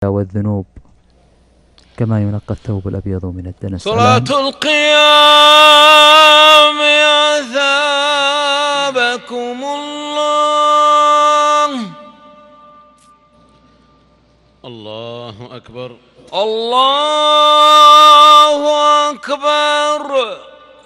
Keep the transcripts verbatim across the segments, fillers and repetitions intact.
والذنوب كما ينقى الثوب الأبيض من الدنس. صلاة القيام أثابكم الله. الله أكبر. الله أكبر.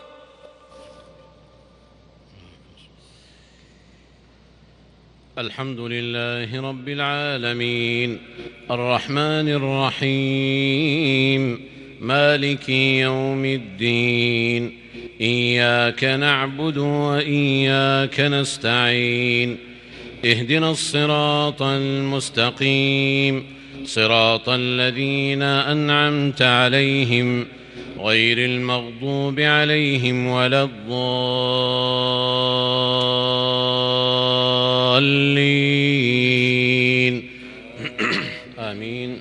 الحمد لله رب العالمين الرحمن الرحيم مالك يوم الدين إياك نعبد وإياك نستعين اهدنا الصراط المستقيم صراط الذين أنعمت عليهم غير المغضوب عليهم ولا الضالين آمين.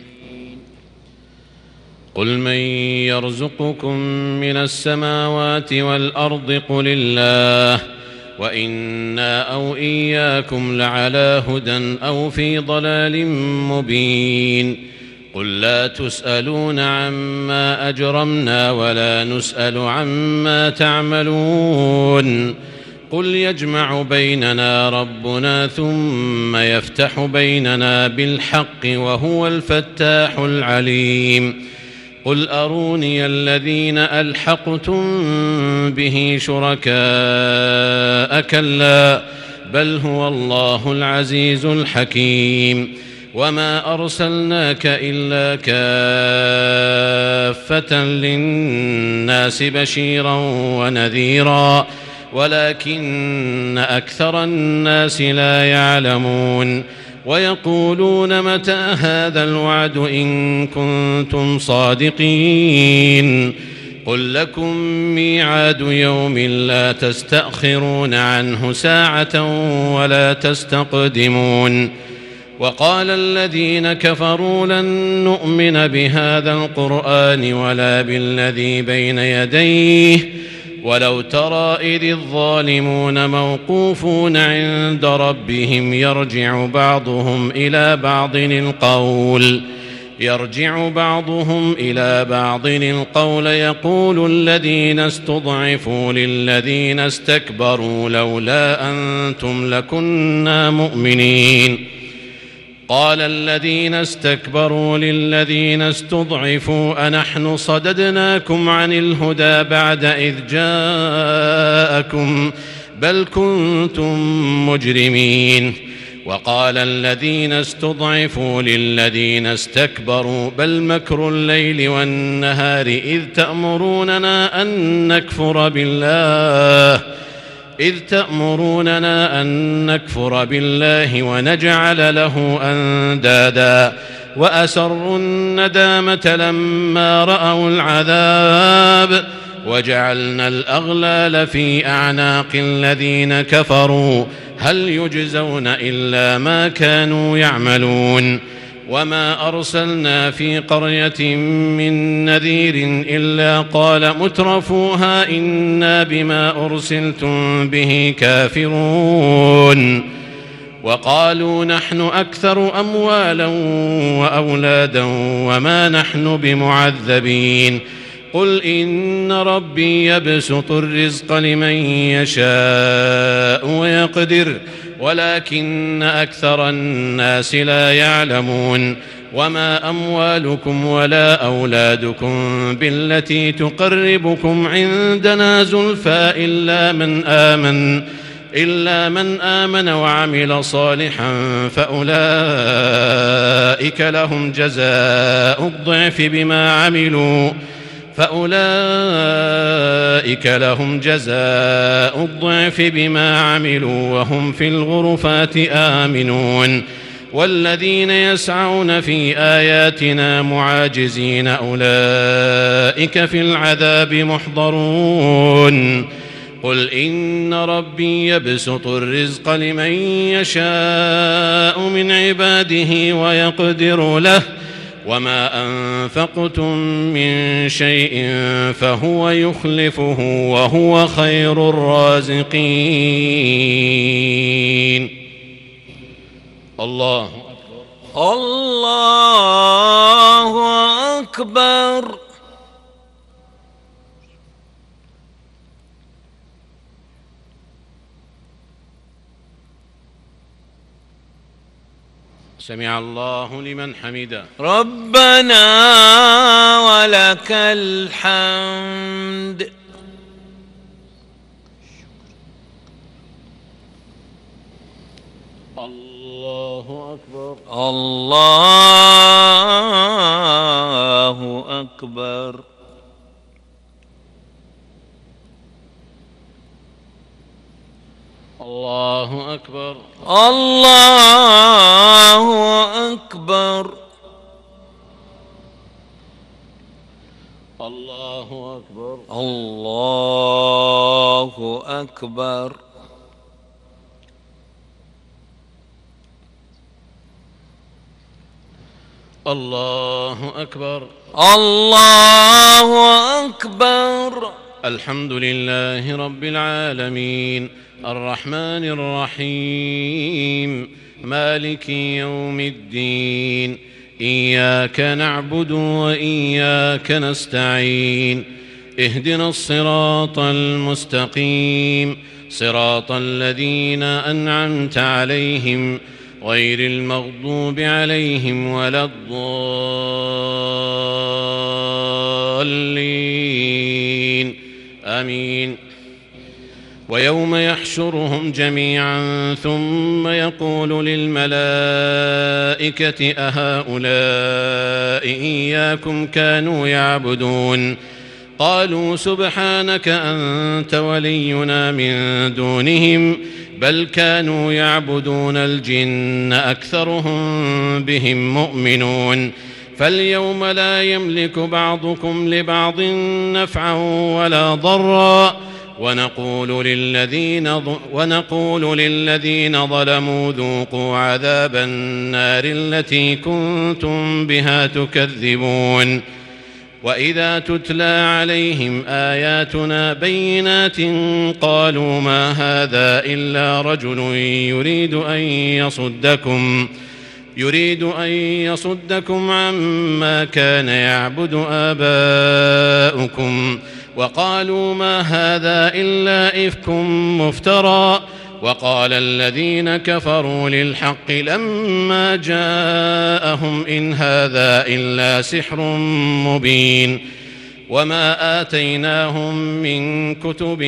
قل من يرزقكم من السماوات والأرض قل الله وإنا أو إياكم لعلى هدى أو في ضلال مبين. قل لا تسألون عما أجرمنا ولا نسأل عما تعملون. قل يجمع بيننا ربنا ثم يفتح بيننا بالحق وهو الفتاح العليم. قل أروني الذين ألحقتم به شركاء كلا بل هو الله العزيز الحكيم. وما أرسلناك إلا كافة للناس بشيرا ونذيرا ولكن أكثر الناس لا يعلمون. ويقولون متى هذا الوعد إن كنتم صادقين. قل لكم ميعاد يوم لا تستأخرون عنه ساعة ولا تستقدمون. وقال الذين كفروا لن نؤمن بهذا القرآن ولا بالذي بين يديه ولو ترى إذ الظالمون موقوفون عند ربهم يرجع بعضهم إلى بعض القول يرجع بعضهم إلى بعض القول يقول الذين استضعفوا للذين استكبروا لولا أنتم لكنا مؤمنين. قال الذين استكبروا للذين استضعفوا أنحن صددناكم عن الهدى بعد إذ جاءكم بل كنتم مجرمين. وقال الذين استضعفوا للذين استكبروا بل مكر الليل والنهار إذ تأمروننا أن نكفر بالله إذ تأمروننا أن نكفر بالله ونجعل له أندادا وأسروا الندامة لما رأوا العذاب وجعلنا الأغلال في أعناق الذين كفروا هل يجزون إلا ما كانوا يعملون. وما أرسلنا في قرية من نذير إلا قال مترفوها إنا بما أرسلتم به كافرون. وقالوا نحن أكثر أموالا وأولادا وما نحن بمعذبين. قل إن ربي يبسط الرزق لمن يشاء ويقدر ولكن أكثر الناس لا يعلمون. وما أموالكم ولا أولادكم بالتي تقربكم عندنا زلفى إلا من آمن إلا من آمن وعمل صالحا فأولئك لهم جزاء الضعف بما عملوا فأولئك لهم جزاء الضعف بما عملوا وهم في الغرفات آمنون. والذين يسعون في آياتنا معاجزين أولئك في العذاب محضرون. قل إن ربي يبسط الرزق لمن يشاء من عباده ويقدر له وما أنفقتم من شيء فهو يخلفه وهو خير الرازقين. الله الله أكبر. سمع الله لمن حمده. ربنا ولك الحمد. الله أكبر. الله أكبر. الله أكبر. الله أكبر. الله أكبر. الله أكبر. الله أكبر. الله أكبر. الحمد لله رب العالمين الرحمن الرحيم مالك يوم الدين إياك نعبد وإياك نستعين اهدنا الصراط المستقيم صراط الذين أنعمت عليهم غير المغضوب عليهم ولا الضالين آمين. ويوم يحشرهم جميعا ثم يقول للملائكة أهؤلاء إياكم كانوا يعبدون قالوا سبحانك أنت ولينا من دونهم بل كانوا يعبدون الجن أكثرهم بهم مؤمنون فاليوم لا يملك بعضكم لبعض نفعا ولا ضرا ونقول للذين, ونقول للذين ظلموا ذوقوا عذاب النار التي كنتم بها تكذبون. وإذا تتلى عليهم آياتنا بينات قالوا ما هذا إلا رجل يريد أن يصدكم يريد أن يصدكم عما كان يعبد آباؤكم وقالوا ما هذا إلا إفك مفترى. وقال الذين كفروا للحق لما جاءهم إن هذا إلا سحر مبين. وما آتيناهم من كتب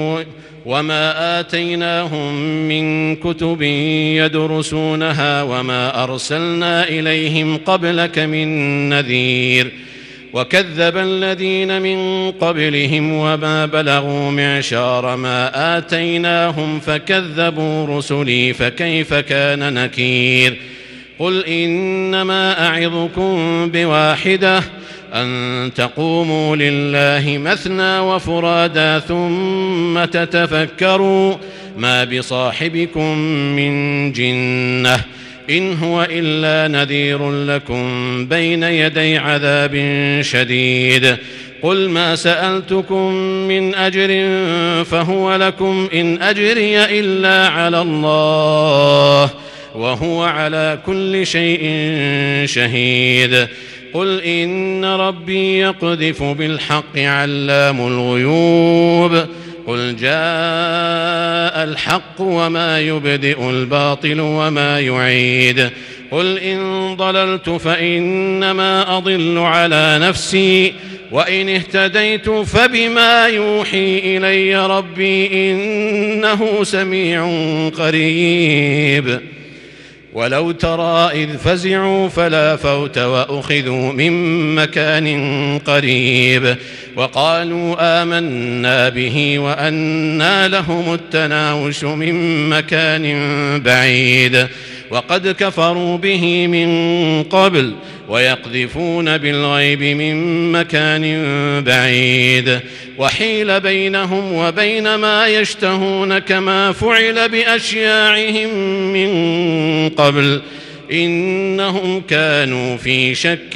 وما آتيناهم من كتب يدرسونها وما أرسلنا إليهم قبلك من نذير. وكذب الذين من قبلهم وما بلغوا معشار ما آتيناهم فكذبوا رسلي فكيف كان نكير. قل إنما أعظكم بواحدة أن تقوموا لله مثنى وفرادا ثم تتفكروا ما بصاحبكم من جنة إن هو إلا نذير لكم بين يدي عذاب شديد. قل ما سألتكم من أجر فهو لكم إن أجري إلا على الله وهو على كل شيء شهيد. قل إن ربي يقذف بالحق علام الغيوب. قل جاء الحق وما يبدئ الباطل وما يعيد. قل إن ضللت فإنما أضل على نفسي وإن اهتديت فبما يوحي إلي ربي إنه سميع قريب. ولو ترى إذ فزعوا فلا فوت وأخذوا من مكان قريب وقالوا آمنا به وأنى لهم التناوش من مكان بعيد وقد كفروا به من قبل ويقذفون بالغيب من مكان بعيد. وحيل بينهم وبين ما يشتهون كما فعل بأشياعهم من قبل إنهم كانوا في شك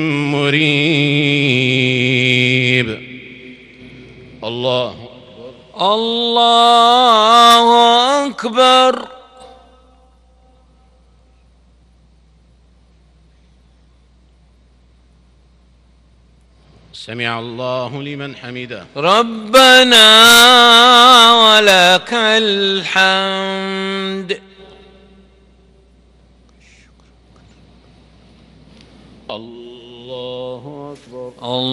مريب. الله أكبر. الله أكبر. سمع الله لمن حمده. ربنا ولك الحمد. الله أكبر.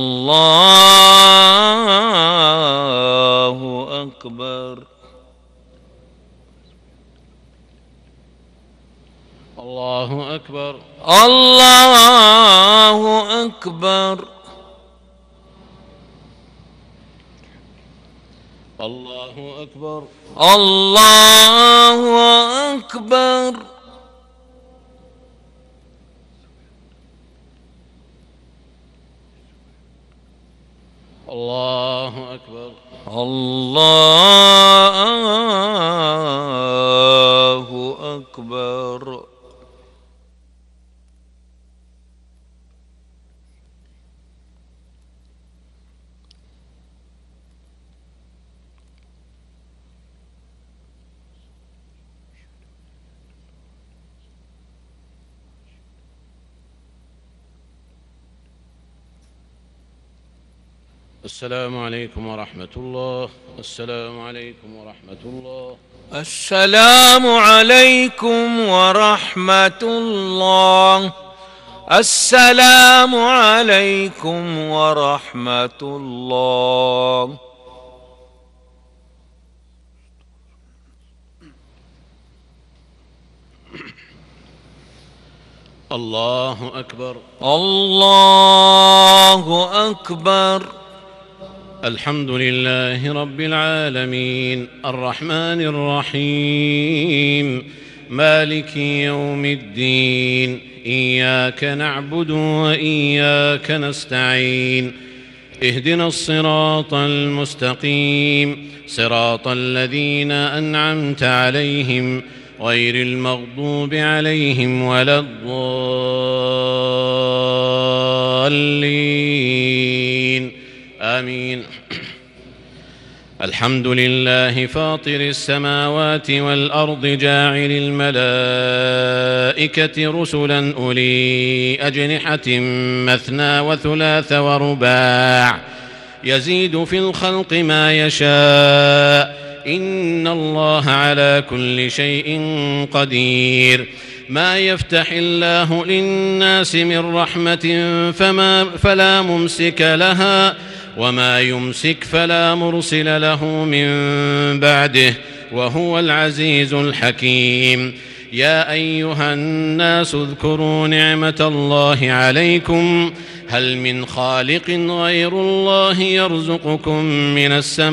الله أكبر. الله أكبر. الله أكبر. الله أكبر. الله أكبر. الله أكبر. الله أكبر. السلام عليكم ورحمة الله. السلام عليكم ورحمة الله. السلام عليكم ورحمة الله. السلام عليكم ورحمة الله. الله أكبر. الله أكبر. الحمد لله رب العالمين الرحمن الرحيم مالك يوم الدين إياك نعبد وإياك نستعين اهدنا الصراط المستقيم صراط الذين أنعمت عليهم غير المغضوب عليهم ولا الضالين آمين. الحمد لله فاطر السماوات والأرض جاعل الملائكة رسلا أولي أجنحة مثنى وثلاث ورباع يزيد في الخلق ما يشاء إن الله على كل شيء قدير. ما يفتح الله للناس من رحمة فما فلا ممسك لها وما يمسك فلا مرسل له من بعده وهو العزيز الحكيم. يا أيها الناس اذكروا نعمة الله عليكم هل من خالق غير الله يرزقكم من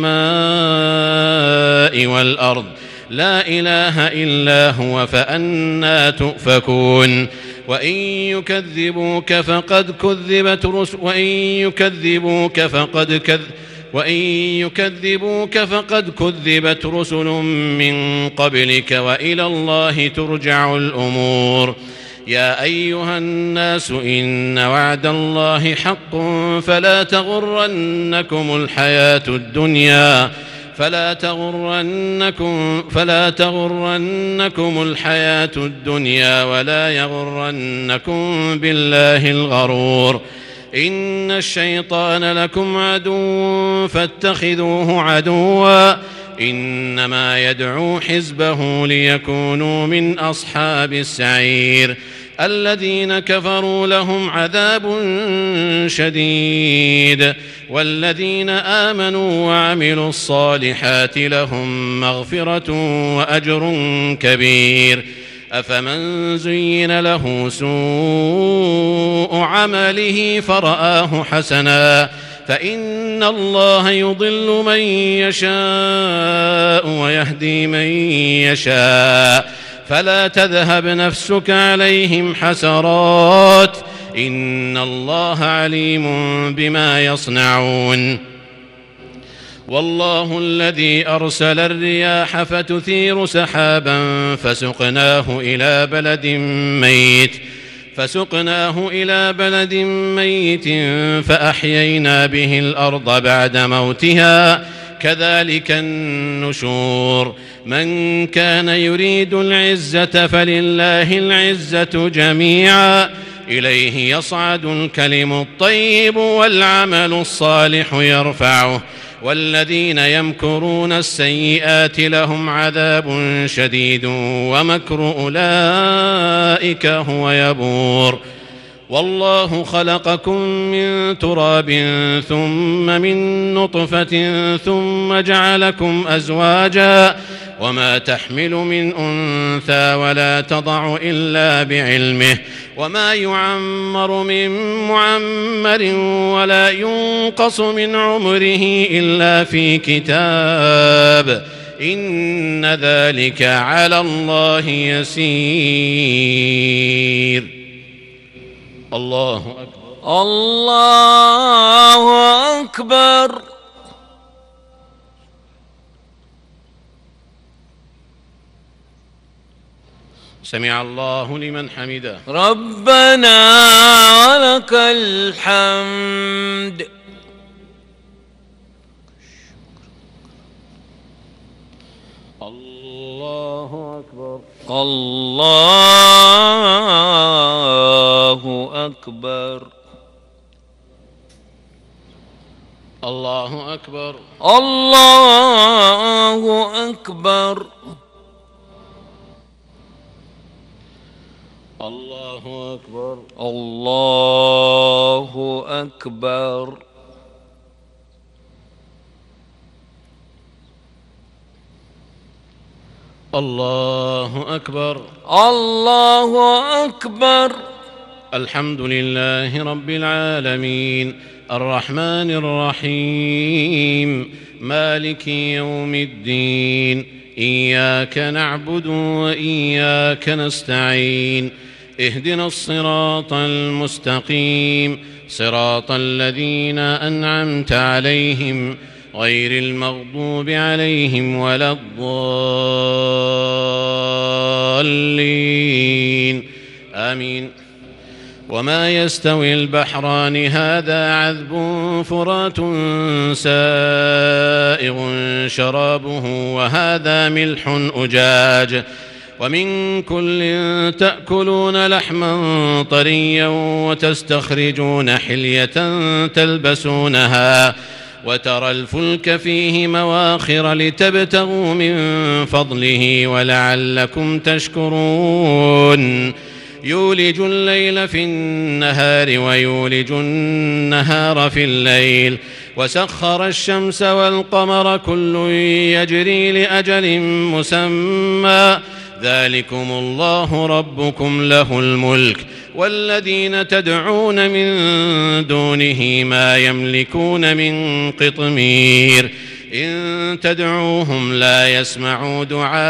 السماء والأرض لا إله إلا هو فأنى تؤفكون. وإن يكذبوك فقد كذبت رسل وإن يكذبوك فقد كذ وإن يكذبوك فقد كذبت رسل من قبلك وإلى الله ترجع الأمور. يا أيها الناس إن وعد الله حق فلا تغرنكم الحياة الدنيا فلا تغرنكم فلا تغرنكم الحياة الدنيا ولا يغرنكم بالله الغرور. إن الشيطان لكم عدو فاتخذوه عدوا إنما يدعو حزبه ليكونوا من أصحاب السعير. الذين كفروا لهم عذاب شديد والذين آمنوا وعملوا الصالحات لهم مغفرة وأجر كبير. أفمن زين له سوء عمله فرآه حسنا فإن الله يضل من يشاء ويهدي من يشاء فلا تذهب نفسك عليهم حسرات إن الله عليم بما يصنعون. والله الذي أرسل الرياح فتثير سحابا فسقناه إلى بلد ميت فسقناه إلى بلد ميت فأحيينا به الأرض بعد موتها كذلك النشور. من كان يريد العزة فلله العزة جميعا إليه يصعد الكلم الطيب والعمل الصالح يرفعه والذين يمكرون السيئات لهم عذاب شديد ومكر أولئك هو يبور والله خلقكم من تراب ثم من نطفة ثم جعلكم أزواجا وما تحمل من أنثى ولا تضع إلا بعلمه وما يعمر من معمر ولا ينقص من عمره إلا في كتاب إن ذلك على الله يسير. الله أكبر. الله أكبر. سمع الله لمن حمده. ربنا ولك الحمد. الله أكبر. الله أكبر. الله أكبر. الله أكبر. الله أكبر. الله أكبر. الله أكبر. الله أكبر. الحمد لله رب العالمين الرحمن الرحيم مالك يوم الدين إياك نعبد وإياك نستعين اهدنا الصراط المستقيم صراط الذين أنعمت عليهم غير المغضوب عليهم ولا الضالين آمين. وما يستوي البحران هذا عذب فرات سائغ شرابه وهذا ملح أجاج ومن كل تأكلون لحما طريا وتستخرجون حلية تلبسونها وترى الفلك فيه مواخر لتبتغوا من فضله ولعلكم تشكرون يولج الليل في النهار ويولج النهار في الليل وسخر الشمس والقمر كل يجري لأجل مسمى ذلكم الله ربكم له الملك والذين تدعون من دونه ما يملكون من قطمير إن تدعوهم لا يسمعوا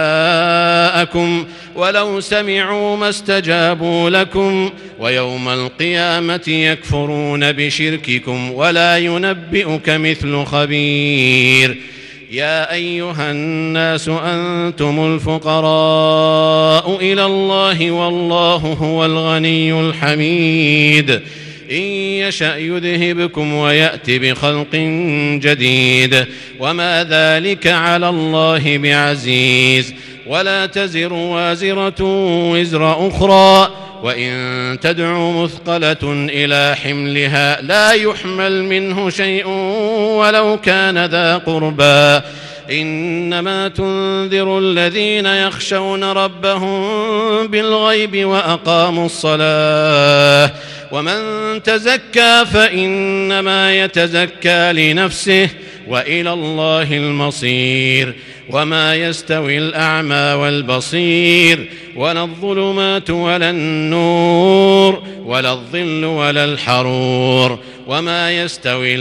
دعاءكم ولو سمعوا ما استجابوا لكم ويوم القيامة يكفرون بشرككم ولا ينبئك مثل خبير. يا أيها الناس أنتم الفقراء إلى الله والله هو الغني الحميد إن يشأ يذهبكم ويأت بخلق جديد وما ذلك على الله بعزيز ولا تزر وازرة وزر أخرى وإن تدعو مثقلة إلى حملها لا يحمل منه شيء ولو كان ذا قربى إنما تنذر الذين يخشون ربهم بالغيب وأقاموا الصلاة ومن تزكى فإنما يتزكى لنفسه وإلى الله المصير. وما يستوي الأعمى والبصير ولا الظلمات ولا النور ولا الظل ولا الحرور وما يستوي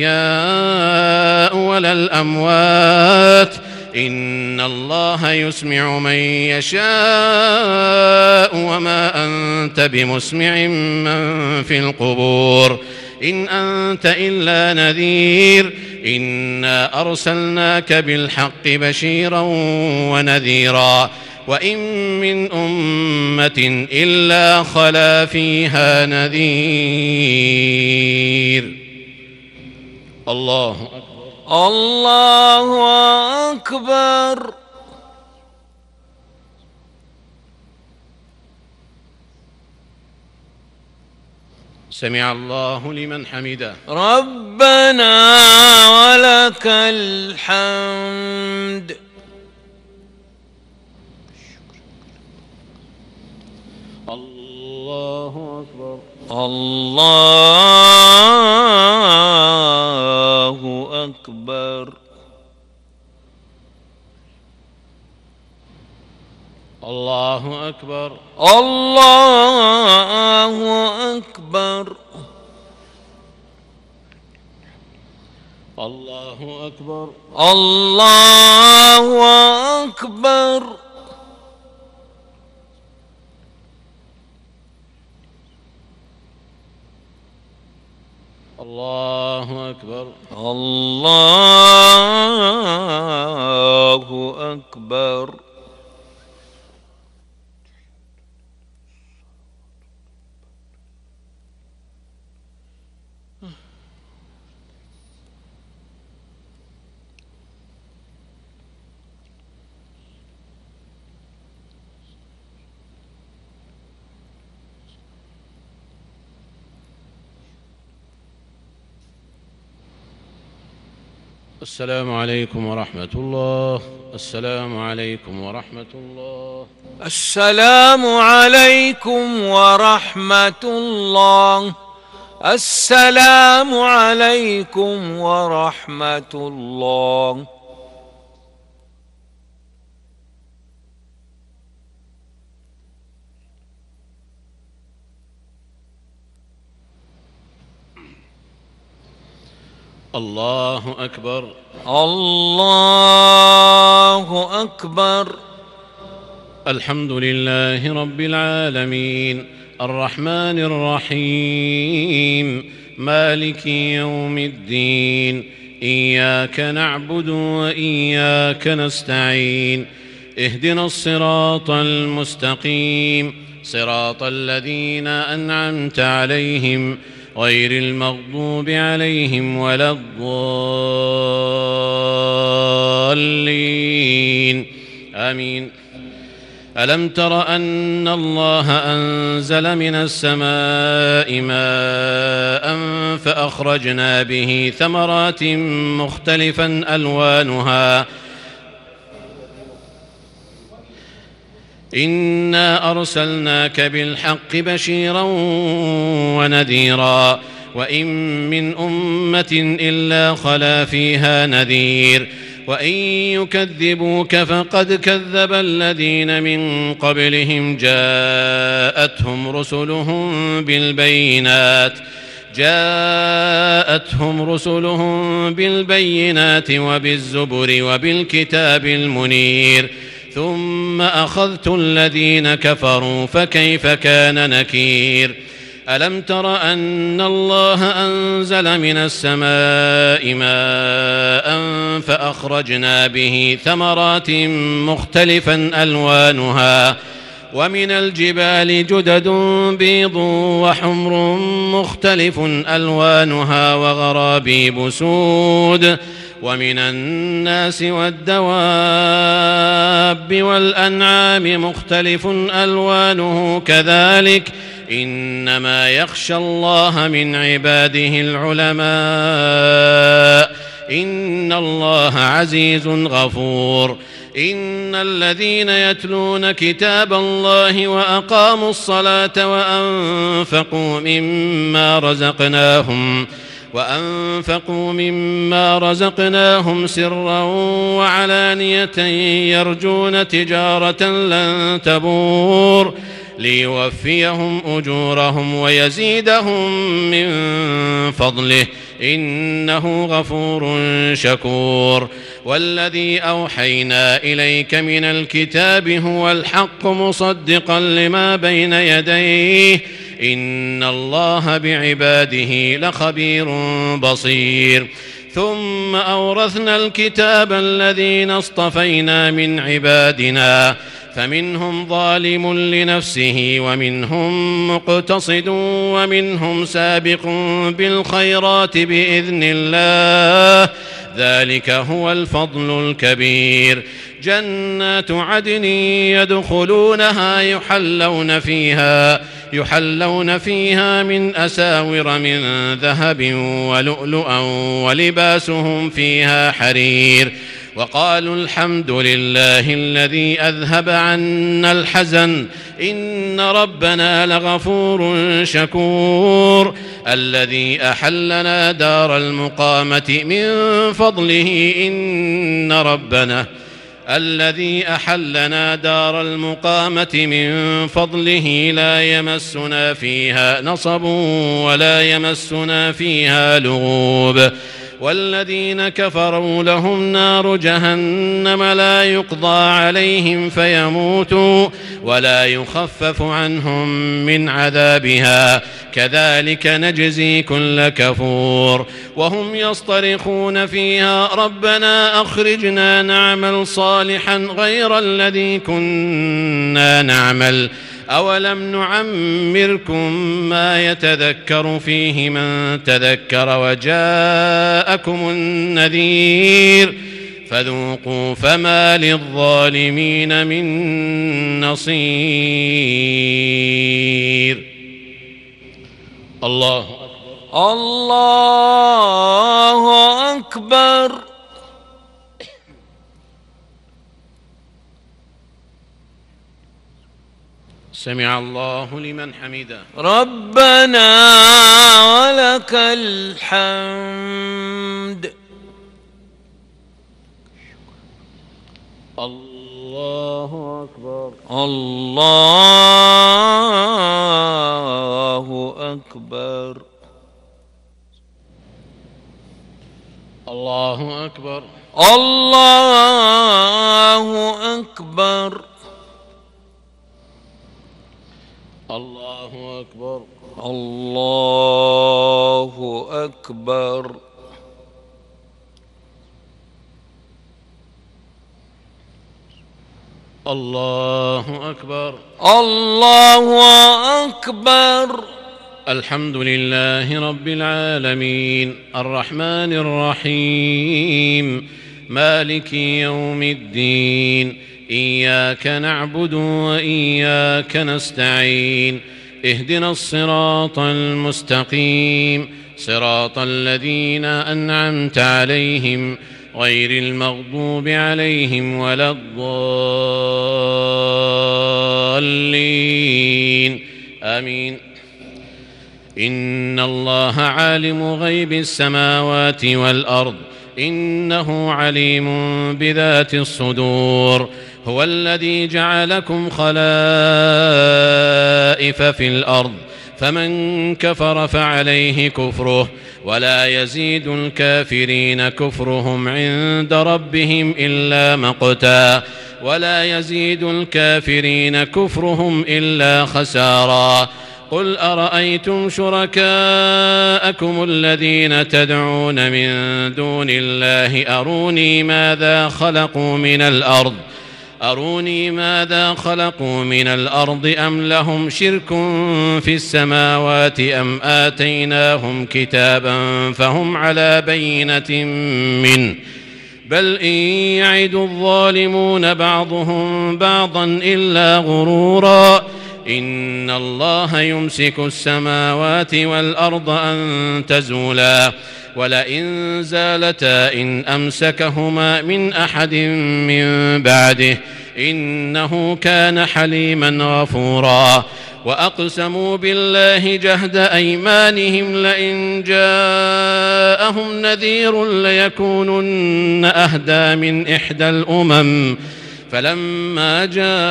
الأحياء ولا الأموات إن الله يسمع من يشاء وما أنت بمسمع من في القبور إن أنت إلا نذير إنا أرسلناك بالحق بشيرا ونذيرا وإن من أمة إلا خلا فيها نذير. الله أكبر. الله أكبر. سمع الله لمن حمده. ربنا ولك الحمد. الله أكبر. الله أكبر. الله أكبر. الله أكبر. الله أكبر. الله أكبر. الله أكبر. الله أكبر. السلام عليكم ورحمة الله. السلام عليكم ورحمة الله. السلام عليكم ورحمة الله. السلام عليكم ورحمة الله. الله أكبر. الله أكبر. الحمد لله رب العالمين الرحمن الرحيم مالك يوم الدين إياك نعبد وإياك نستعين اهدنا الصراط المستقيم صراط الذين أنعمت عليهم غير المغضوب عليهم ولا الضالين آمين. ألم تر أن الله أنزل من السماء ماء فأخرجنا به ثمرات مختلفا ألوانها إنا أرسلناك بالحق بشيرا ونذيرا وإن من أمة إلا خلا فيها نذير وإن يكذبوك فقد كذب الذين من قبلهم جاءتهم رسلهم بالبينات جاءتهم رسلهم بالبينات وبالزبر وبالكتاب المنير ثم أخذت الذين كفروا فكيف كان نكير. ألم تر أن الله أنزل من السماء ماء فأخرجنا به ثمرات مختلفا ألوانها ومن الجبال جدد بيض وحمر مختلف ألوانها وغرابيب سود ومن الناس والدواب والأنعام مختلف ألوانه كذلك إنما يخشى الله من عباده العلماء إن الله عزيز غفور. إن الذين يتلون كتاب الله وأقاموا الصلاة وأنفقوا مما رزقناهم وأنفقوا مما رزقناهم سرا وعلانية يرجون تجارة لن تبور ليوفيهم أجورهم ويزيدهم من فضله إنه غفور شكور. والذي أوحينا إليك من الكتاب هو الحق مصدقا لما بين يديه إن الله بعباده لخبير بصير. ثم أورثنا الكتاب الذين اصطفينا من عبادنا فمنهم ظالم لنفسه ومنهم مقتصد ومنهم سابق بالخيرات بإذن الله ذلك هو الفضل الكبير. جنات عدن يدخلونها يحلون فيها يحلون فيها من أساور من ذهب ولؤلؤا ولباسهم فيها حرير وقالوا الحمد لله الذي أذهب عنا الحزن إن ربنا لغفور شكور الذي أحلنا دار المقامة من فضله إن ربنا الذي أحلنا دار المقامة من فضله لا يمسنا فيها نصب ولا يمسنا فيها لغوب والذين كفروا لهم نار جهنم لا يقضى عليهم فيموتوا ولا يخفف عنهم من عذابها كذلك نجزي كل كفور وهم يصطرخون فيها ربنا أخرجنا نعمل صالحا غير الذي كنا نعمل أولم نعمركم ما يتذكر فيه من تذكر وجاءكم النذير فذوقوا فما للظالمين من نصير. الله أكبر الله أكبر. سمع الله لمن حمده ربنا ولك الحمد. الله أكبر الله أكبر الله أكبر الله أكبر الله أكبر الله أكبر الله أكبر الله أكبر. الحمد لله رب العالمين الرحمن الرحيم مالك يوم الدين إياك نعبد وإياك نستعين اهدنا الصراط المستقيم صراط الذين أنعمت عليهم غير المغضوب عليهم ولا الضالين آمين. إن الله عالم غيب السماوات والأرض إنه عليم بذات الصدور هو الذي جعلكم خلائف في الأرض فمن كفر فعليه كفره ولا يزيد الكافرين كفرهم عند ربهم إلا مقتا ولا يزيد الكافرين كفرهم إلا خسارا. قل أرأيتم شركاءكم الذين تدعون من دون الله أروني ماذا خلقوا من الأرض أروني ماذا خلقوا من الأرض أم لهم شرك في السماوات أم آتيناهم كتابا فهم على بينة منه بل إن يعد الظالمون بعضهم بعضا إلا غرورا. إن الله يمسك السماوات والأرض أن تزولا ولئن زالتا إن أمسكهما من أحد من بعده إنه كان حليما غفورا. وأقسموا بالله جهد أيمانهم لئن جاءهم نذير ليكونن أهدى من إحدى الأمم فلما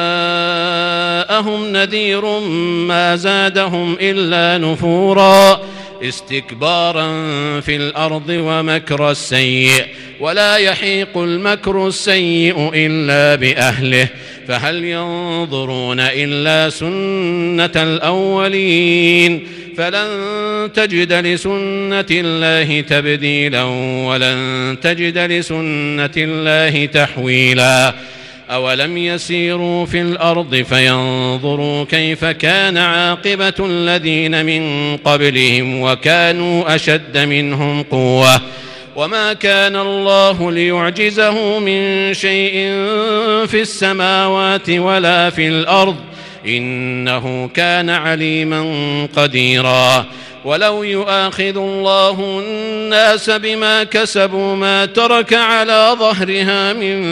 جاءهم نذير ما زادهم إلا نفورا استكبارا في الأرض ومكر السيء ولا يحيق المكر السيء إلا بأهله فهل ينظرون إلا سنة الأولين فلن تجد لسنة الله تبديلا ولن تجد لسنة الله تحويلا. أولم يسيروا في الأرض فينظروا كيف كان عاقبة الذين من قبلهم وكانوا أشد منهم قوة وما كان الله ليعجزه من شيء في السماوات ولا في الأرض إنه كان عليما قديرا. ولو يؤاخذ الله الناس بما كسبوا ما ترك على ظهرها من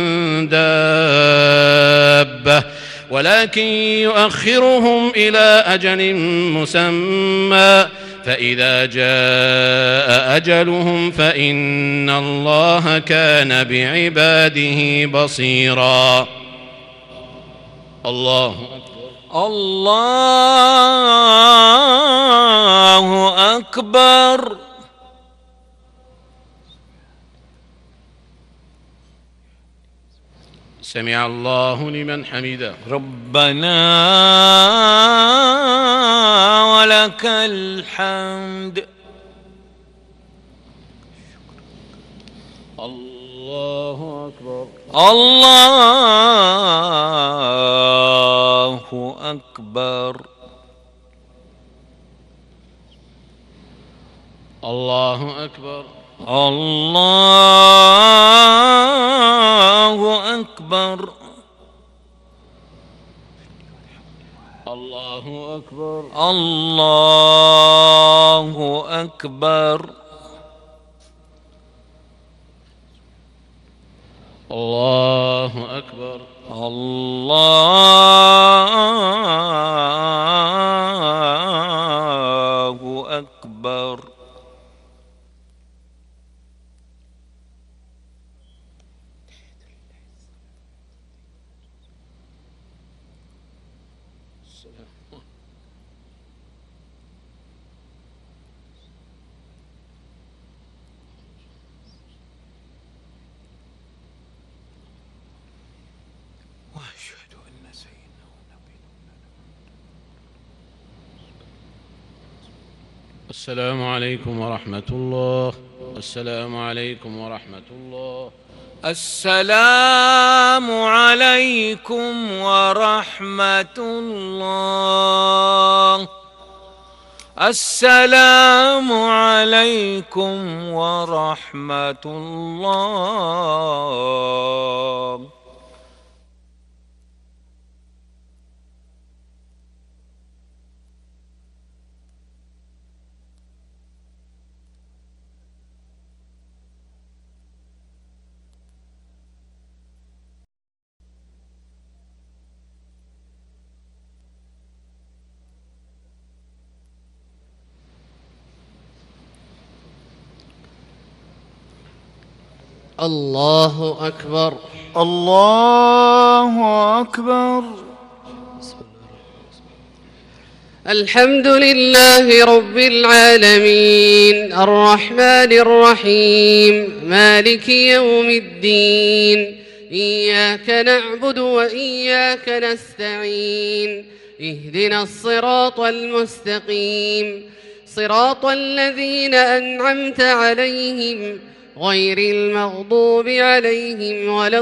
دابة ولكن يؤخرهم إلى أجل مسمى فإذا جاء أجلهم فإن الله كان بعباده بصيرا. الله أكبر. الله أكبر. سمع الله لمن حمده. ربنا ولك الحمد. الله أكبر. الله أكبر. الله أكبر. الله أكبر. الله أكبر. الله أكبر. الله أكبر. الله أكبر. وأشهد أن سيدنا ونبينا السلام عليكم ورحمة الله. السلام عليكم ورحمة الله. السلام عليكم ورحمة الله. السلام عليكم ورحمة الله. الله أكبر. الله أكبر. الحمد لله رب العالمين الرحمن الرحيم مالك يوم الدين إياك نعبد وإياك نستعين اهدنا الصراط المستقيم صراط الذين أنعمت عليهم غير المغضوب عليهم ولا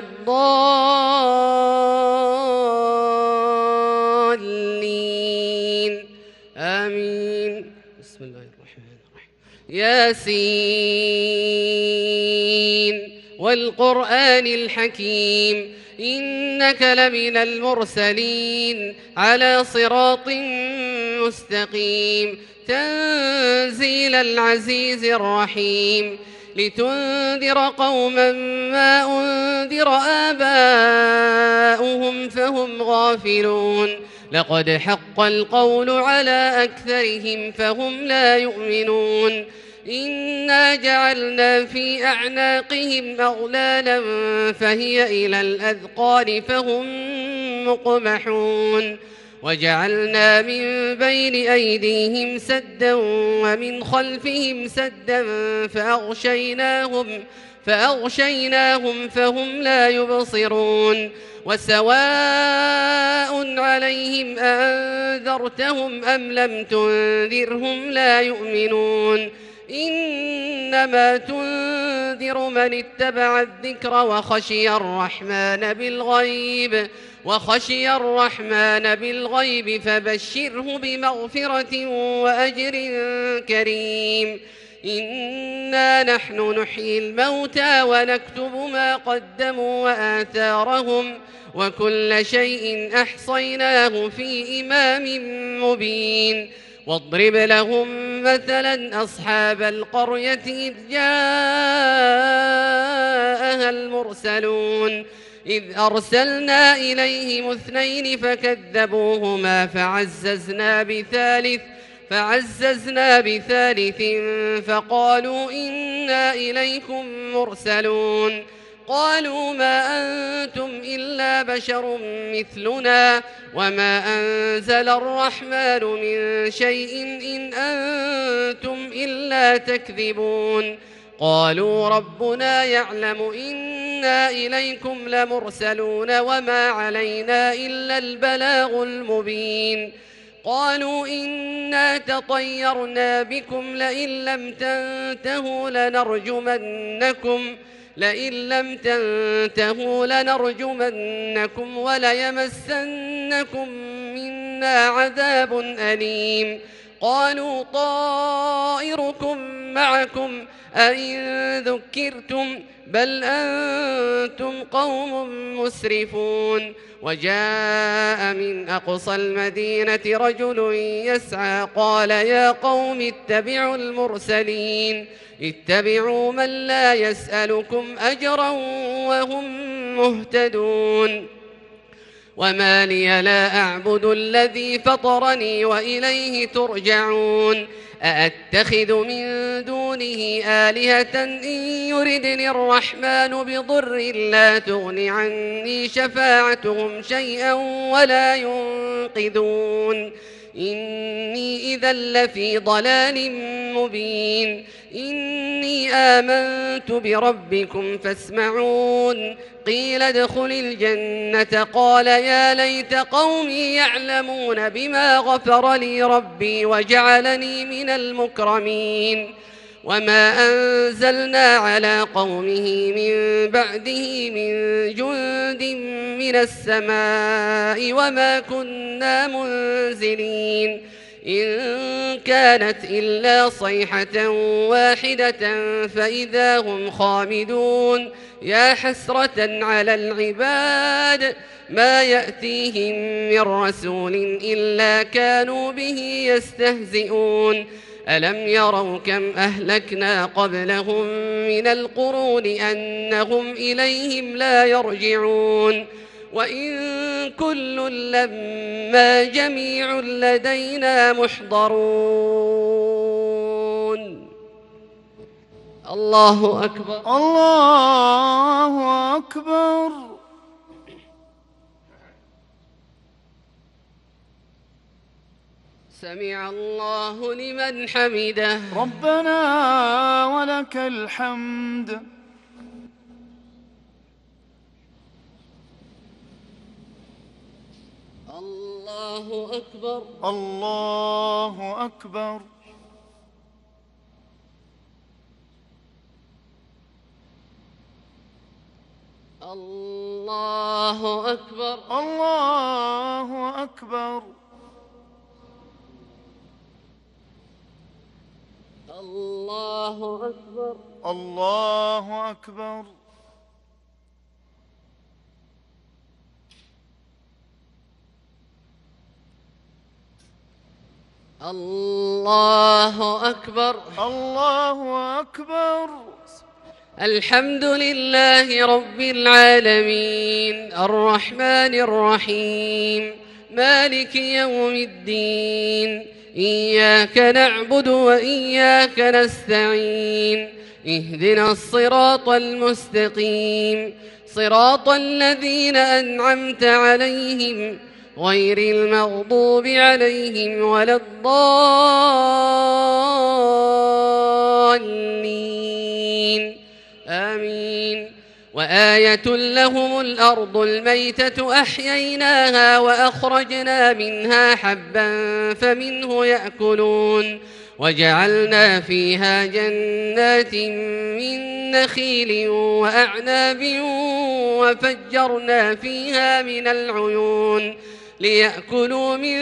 الضالين آمين. بسم الله الرحمن الرحيم. ياسين والقرآن الحكيم إنك لمن المرسلين على صراط مستقيم تنزيل العزيز الرحيم لتنذر قوما ما أنذر آباؤهم فهم غافلون لقد حق القول على أكثرهم فهم لا يؤمنون إنا جعلنا في أعناقهم أغلالا فهي إلى الأذقان فهم مقمحون وجعلنا من بين أيديهم سدا ومن خلفهم سدا فأغشيناهم فأغشيناهم فهم لا يبصرون وسواء عليهم أنذرتهم أم لم تنذرهم لا يؤمنون إنما تنذر من اتبع الذكر وخشي الرحمن بالغيب وخشي الرحمن بالغيب فبشره بمغفرة وأجر كريم. إن إنا نحن نحيي الموتى ونكتب ما قدموا وآثارهم وكل شيء أحصيناه في إمام مبين واضرب لهم مثلا أصحاب القرية إذ جاءها المرسلون إذ أرسلنا إليهم اثنين فكذبوهما فعززنا بثالث فعززنا بثالث فقالوا إنا إليكم مرسلون قالوا ما أنتم إلا بشر مثلنا وما أنزل الرحمن من شيء إن أنتم إلا تكذبون قالوا ربنا يعلم إنا إليكم لمرسلون وما علينا إلا البلاغ المبين قالوا إنا تطيرنا بكم لئن لم تنتهوا لنرجمنكم لئن لم تنتهوا لنرجمنكم وليمسنكم منا عذاب أليم قالوا طائركم معكم أئن ذكرتم بل أنتم قوم مسرفون وجاء من أقصى المدينة رجل يسعى قال يا قوم اتبعوا المرسلين اتبعوا من لا يسألكم أجرا وهم مهتدون وما لي لا أعبد الذي فطرني وإليه ترجعون أأتخذ من دونه آلهة إن يردني الرحمن بضر لا تغن عني شفاعتهم شيئا ولا ينقذون إني إذا لفي ضلال مبين إني آمنت بربكم فاسمعون قيل ادخل الجنة قال يا ليت قومي يعلمون بما غفر لي ربي وجعلني من المكرمين وما أنزلنا على قومه من بعده من جند من السماء وما كنا منزلين إن كانت إلا صيحة واحدة فإذا هم خامدون يا حسرة على العباد ما يأتيهم من رسول إلا كانوا به يستهزئون ألم يروا كم أهلكنا قبلهم من القرون أنهم إليهم لا يرجعون وإن كل لما جميع لدينا محضرون الله أكبر الله أكبر سمع الله لمن حمده ربنا ولك الحمد الله أكبر الله أكبر الله أكبر الله أكبر الله أكبر الله أكبر الله أكبر الله أكبر الحمد لله رب العالمين الرحمن الرحيم مالك يوم الدين إياك نعبد وإياك نستعين اهدنا الصراط المستقيم صراط الذين أنعمت عليهم غير المغضوب عليهم ولا الضالين آمين وآية لهم الأرض الميتة أحييناها وأخرجنا منها حبا فمنه يأكلون وجعلنا فيها جنات من نخيل وأعناب وفجرنا فيها من العيون ليأكلوا من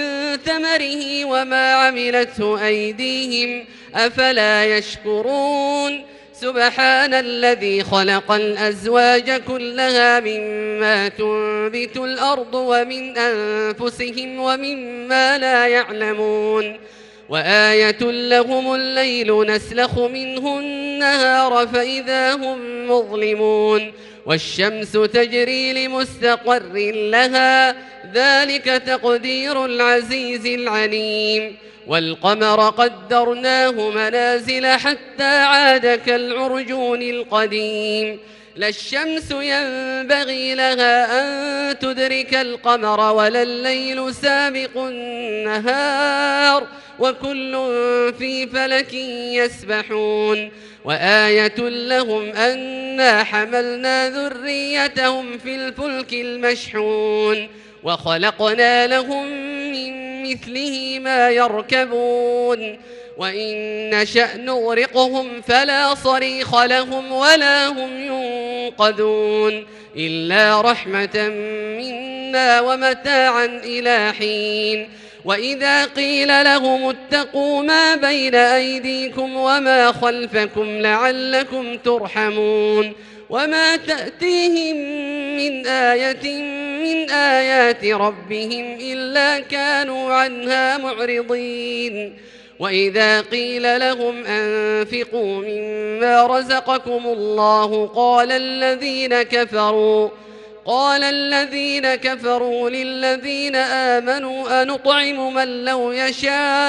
ثمره وما عملته أيديهم أفلا يشكرون سبحان الذي خلق الأزواج كلها مما تنبت الأرض ومن أنفسهم ومما لا يعلمون وآية لهم الليل نسلخ منه النهار فإذا هم مظلمون والشمس تجري لمستقر لها ذلك تقدير العزيز العليم والقمر قدرناه منازل حتى عاد كالعرجون القديم لا الشمس ينبغي لها أن تدرك القمر ولا الليل سابق النهار وكل في فلك يسبحون وآية لهم أنا حملنا ذريتهم في الفلك المشحون وخلقنا لهم من مثله ما يركبون وإن نشأ نغرقهم فلا صريخ لهم ولا هم ينقذون إلا رحمة منا ومتاعا إلى حين وإذا قيل لهم اتقوا ما بين أيديكم وما خلفكم لعلكم ترحمون وما تأتيهم من آية من آيات ربهم إلا كانوا عنها معرضين وإذا قيل لهم أنفقوا مما رزقكم الله قال الذين كفروا قال الذين كفروا للذين آمنوا أنطعم من لو يشاء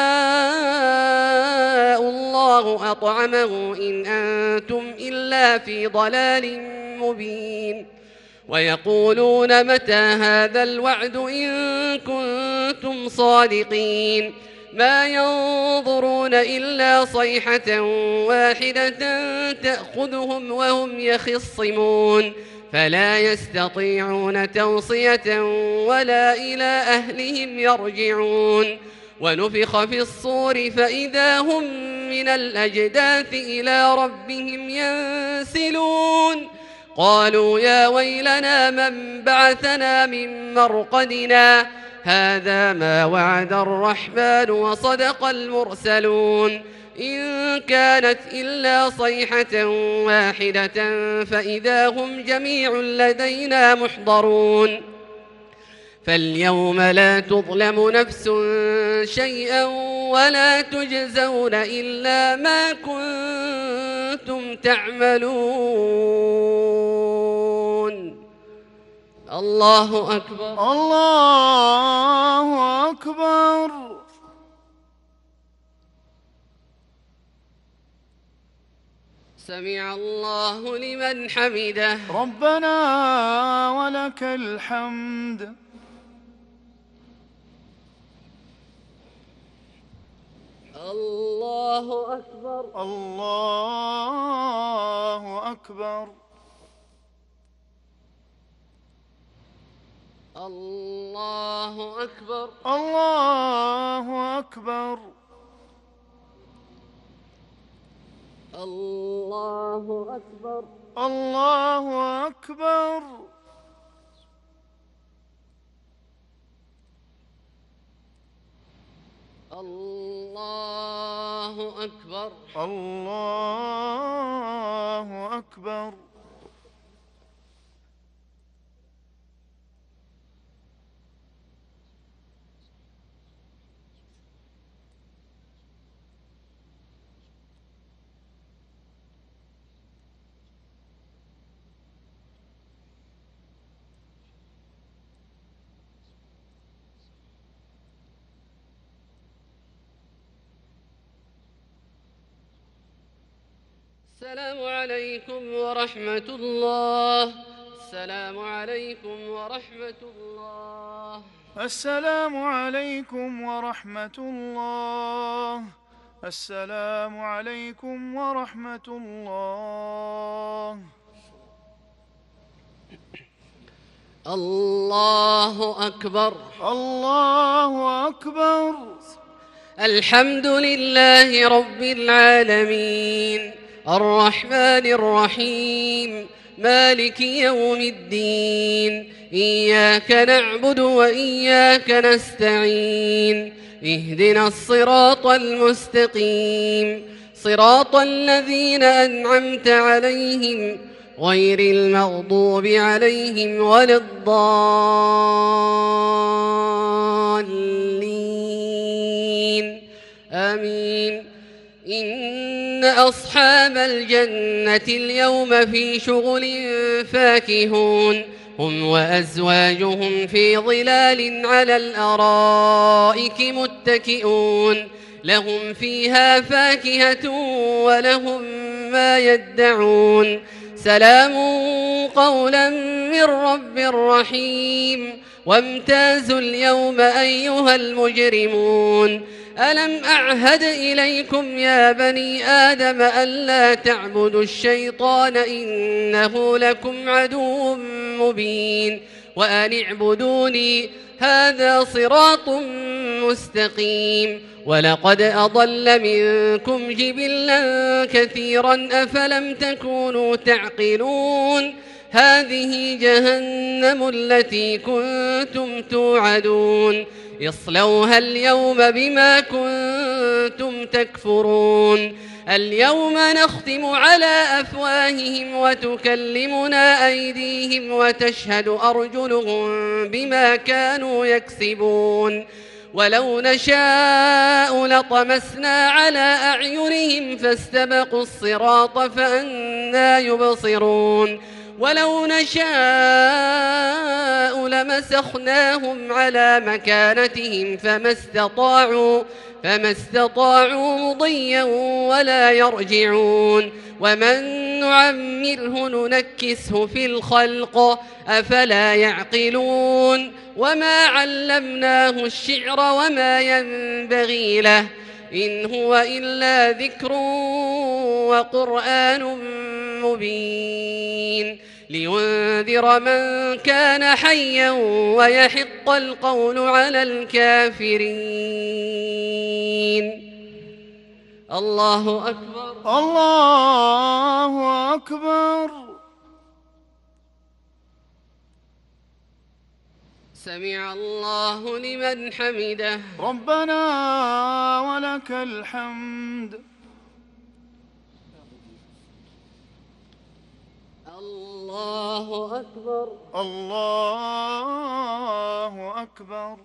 الله أطعمه إن أنتم إلا في ضلال مبين ويقولون متى هذا الوعد إن كنتم صادقين ما ينظرون إلا صيحة واحدة تأخذهم وهم يخصمون فلا يستطيعون توصية ولا إلى أهلهم يرجعون ونفخ في الصور فإذا هم من الأجداث إلى ربهم ينسلون قالوا يا ويلنا من بعثنا من مرقدنا هذا ما وعد الرحمن وصدق المرسلون إن كانت إلا صيحة واحدة فإذا هم جميع لدينا محضرون فاليوم لا تظلم نفس شيئا ولا تجزون إلا ما كنتم تعملون الله أكبر الله أكبر سمع الله لمن حمده ربنا ولك الحمد الله أكبر الله أكبر الله أكبر الله أكبر الله أكبر الله أكبر الله أكبر الله أكبر السلام عليكم ورحمة الله السلام عليكم ورحمة الله السلام عليكم ورحمة الله السلام عليكم ورحمة الله الله أكبر الله أكبر الحمد لله رب العالمين الرحمن الرحيم مالك يوم الدين إياك نعبد وإياك نستعين اهدنا الصراط المستقيم صراط الذين أنعمت عليهم غير المغضوب عليهم ولا الضالين آمين. إن أصحاب الجنة اليوم في شغل فاكهون هم وأزواجهم في ظلال على الأرائك متكئون لهم فيها فاكهة ولهم ما يدعون سلام قولا من رب رحيم. وامتازوا اليوم أيها المجرمون ألم أعهد إليكم يا بني آدم ألا تعبدوا الشيطان إنه لكم عدو مبين وأن اعبدوني هذا صراط مستقيم. ولقد أضل منكم جبلا كثيرا أفلم تكونوا تعقلون هذه جهنم التي كنتم توعدون اصلوها اليوم بما كنتم تكفرون. اليوم نختم على أفواههم وتكلمنا أيديهم وتشهد أرجلهم بما كانوا يكسبون. ولو نشاء لطمسنا على أعينهم فاستبقوا الصراط فأنى يبصرون. ولو نشاء لمسخناهم على مكانتهم فما استطاعوا فما استطاعوا مضيا ولا يرجعون. ومن نعمره ننكسه في الخلق أفلا يعقلون. وما علمناه الشعر وما ينبغي له إن هو إلا ذكر وقرآن مبين لينذر من كان حيا ويحق القول على الكافرين. الله أكبر الله أكبر. سمع الله لمن حمده ربنا ولك الحمد. الله أكبر الله أكبر.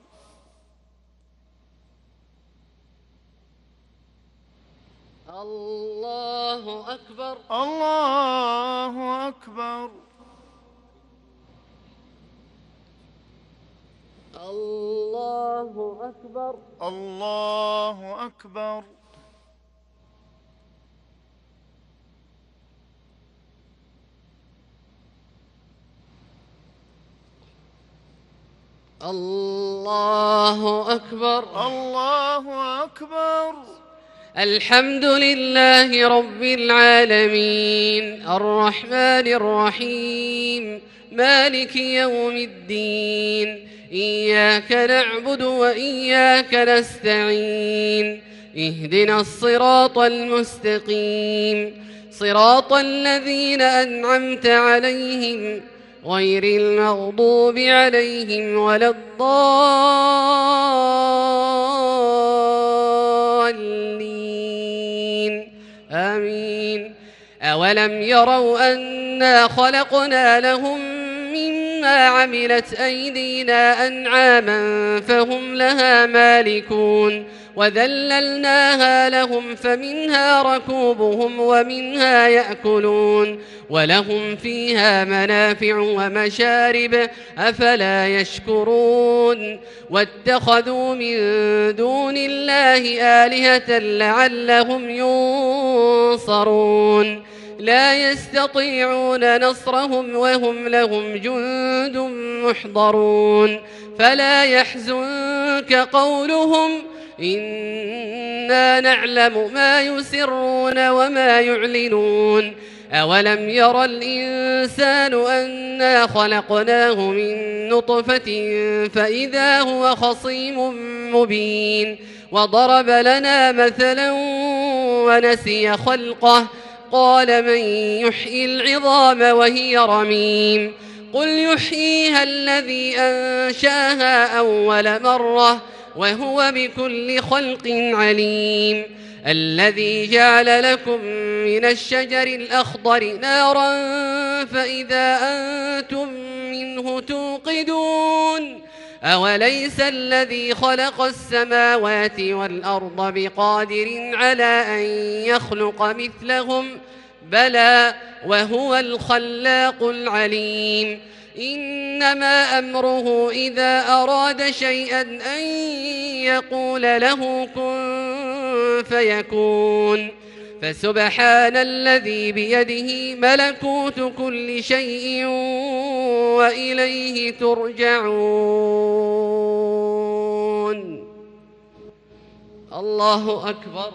الله أكبر الله أكبر. الله أكبر الله أكبر. الله أكبر الله أكبر. الحمد لله رب العالمين الرحمن الرحيم مالك يوم الدين إياك نعبد وإياك نستعين اهدنا الصراط المستقيم صراط الذين أنعمت عليهم غير المغضوب عليهم ولا الضالين آمين. أولم يروا أنا خلقنا لهم مما عملت أيدينا أنعاما فهم لها مالكون وذللناها لهم فمنها ركوبهم ومنها يأكلون ولهم فيها منافع ومشارب أفلا يشكرون. واتخذوا من دون الله آلهة لعلهم ينصرون لا يستطيعون نصرهم وهم لهم جند محضرون. فلا يحزنك قولهم إنا نعلم ما يسرون وما يعلنون. أولم ير الإنسان أنا خلقناه من نطفة فإذا هو خصيم مبين وضرب لنا مثلا ونسي خلقه قال من يحيي العظام وهي رميم قل يحييها الذي أنشاها أول مرة وهو بكل خلق عليم. الذي جعل لكم من الشجر الأخضر نارا فإذا أنتم منه توقدون أوليس الذي خلق السماوات والأرض بقادر على أن يخلق مثلهم بلى وهو الخلاق العليم إنما أمره إذا أراد شيئا أن يقول له كن فيكون فسبحان الذي بيده ملكوت كل شيء وإليه ترجعون الله أكبر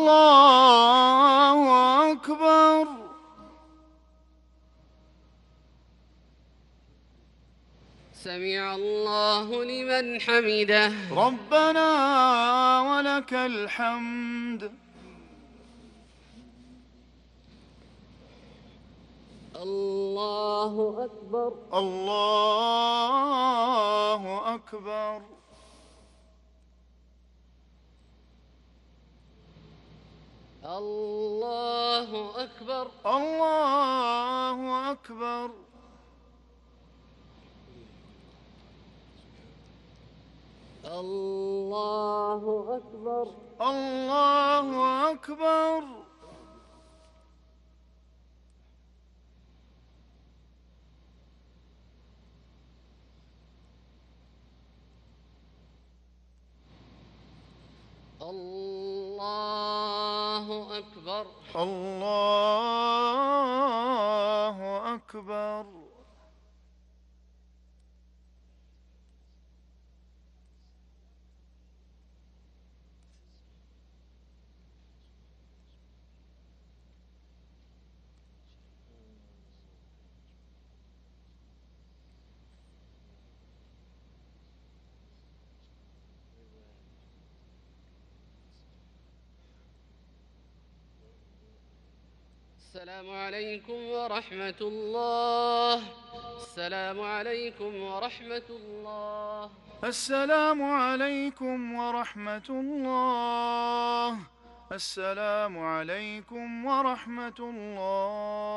الله أكبر. سمع الله لمن حمده ربنا ولك الحمد. الله أكبر الله أكبر. الله أكبر الله أكبر. الله أكبر الله أكبر. الله أكبر الله أكبر. السلام عليكم ورحمة الله. السلام عليكم ورحمة الله. السلام عليكم ورحمة الله. السلام عليكم ورحمة الله.